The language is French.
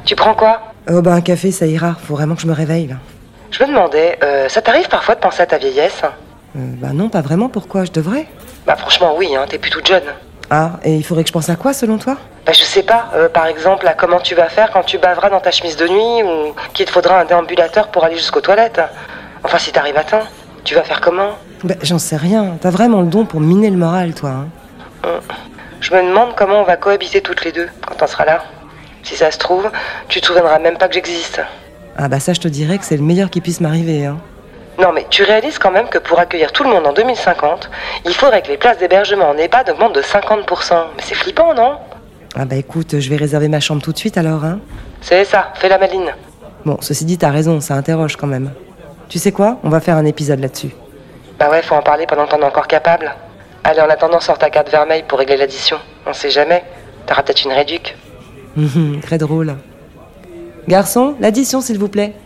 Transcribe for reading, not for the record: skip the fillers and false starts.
Tu prends quoi? Oh bah un café, ça ira. Faut vraiment que je me réveille, là. Je me demandais, ça t'arrive parfois de penser à ta vieillesse? Bah non, pas vraiment. Pourquoi? Je devrais? Bah franchement oui, hein, t'es plus toute jeune. Ah, et il faudrait que je pense à quoi, selon toi? Bah je sais pas, par exemple, à comment tu vas faire quand tu baveras dans ta chemise de nuit ou qu'il te faudra un déambulateur pour aller jusqu'aux toilettes. Enfin, si t'arrives à temps, tu vas faire comment? Bah j'en sais rien. T'as vraiment le don pour miner le moral, toi, hein. Je me demande comment on va cohabiter toutes les deux quand on sera là. Si ça se trouve, tu te souviendras même pas que j'existe. Ah bah ça, je te dirais que c'est le meilleur qui puisse m'arriver, hein. Non mais tu réalises quand même que pour accueillir tout le monde en 2050, il faudrait que les places d'hébergement en EHPAD augmentent de 50%. Mais c'est flippant, non? Ah bah écoute, je vais réserver ma chambre tout de suite alors, hein. C'est ça, fais la maline. Bon, ceci dit, t'as raison, ça interroge quand même. Tu sais quoi? On va faire un épisode là-dessus. Bah ouais, faut en parler pendant que t'en es encore capable. Allez, en attendant, sors ta carte vermeille pour régler l'addition. On sait jamais, t'auras peut-être une réduc. Très drôle. Garçon, l'addition s'il vous plaît.